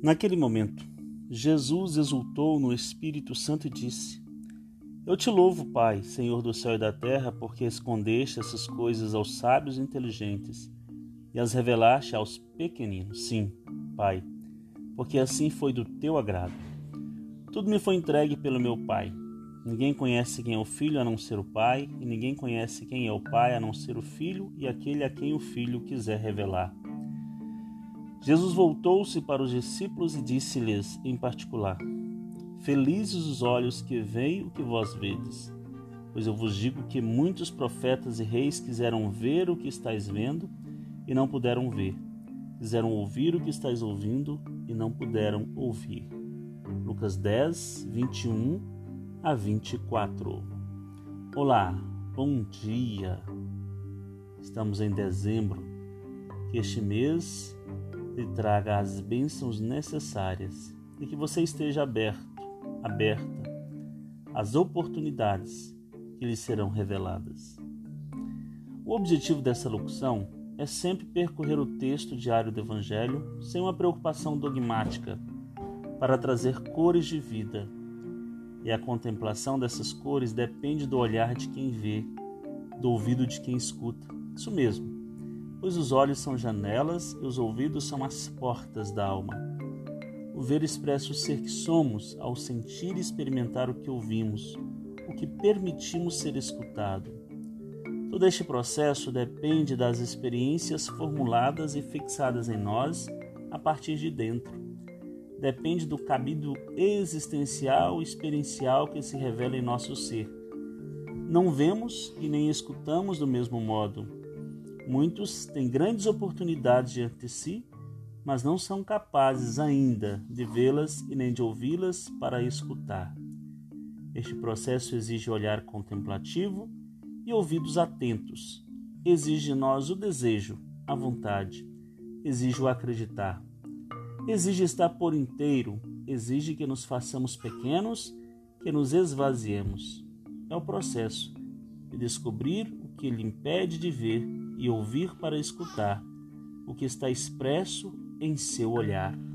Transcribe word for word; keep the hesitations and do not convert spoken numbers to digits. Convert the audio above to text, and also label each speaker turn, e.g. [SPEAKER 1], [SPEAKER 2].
[SPEAKER 1] Naquele momento, Jesus exultou no Espírito Santo e disse: Eu te louvo, Pai, Senhor do céu e da terra, porque escondeste essas coisas aos sábios e inteligentes e as revelaste aos pequeninos. Sim, Pai, porque assim foi do teu agrado. Tudo me foi entregue pelo meu Pai. Ninguém conhece quem é o Filho a não ser o Pai, e ninguém conhece quem é o Pai a não ser o Filho e aquele a quem o Filho quiser revelar. Jesus voltou-se para os discípulos e disse-lhes em particular: Felizes os olhos que veem o que vós vedes, pois eu vos digo que muitos profetas e reis quiseram ver o que estáis vendo e não puderam ver, quiseram ouvir o que estáis ouvindo e não puderam ouvir. Lucas dez, vinte e um a vinte e quatro. Olá, bom dia! Estamos em dezembro. Que este mês lhe traga as bênçãos necessárias e que você esteja aberto, aberta às oportunidades que lhe serão reveladas. O objetivo dessa locução é sempre percorrer o texto diário do Evangelho sem uma preocupação dogmática, para trazer cores de vida. E a contemplação dessas cores depende do olhar de quem vê, do ouvido de quem escuta. Isso mesmo, pois os olhos são janelas e os ouvidos são as portas da alma. O ver expressa o ser que somos ao sentir e experimentar o que ouvimos, o que permitimos ser escutado. Todo este processo depende das experiências formuladas e fixadas em nós a partir de dentro. Depende do cabido existencial e experiencial que se revela em nosso ser. Não vemos e nem escutamos do mesmo modo. Muitos têm grandes oportunidades diante de si, mas não são capazes ainda de vê-las e nem de ouvi-las para escutar. Este processo exige olhar contemplativo e ouvidos atentos. Exige de nós o desejo, a vontade. Exige o acreditar. Exige estar por inteiro, exige que nos façamos pequenos, que nos esvaziemos. É o processo de descobrir o que lhe impede de ver e ouvir para escutar, o que está expresso em seu olhar.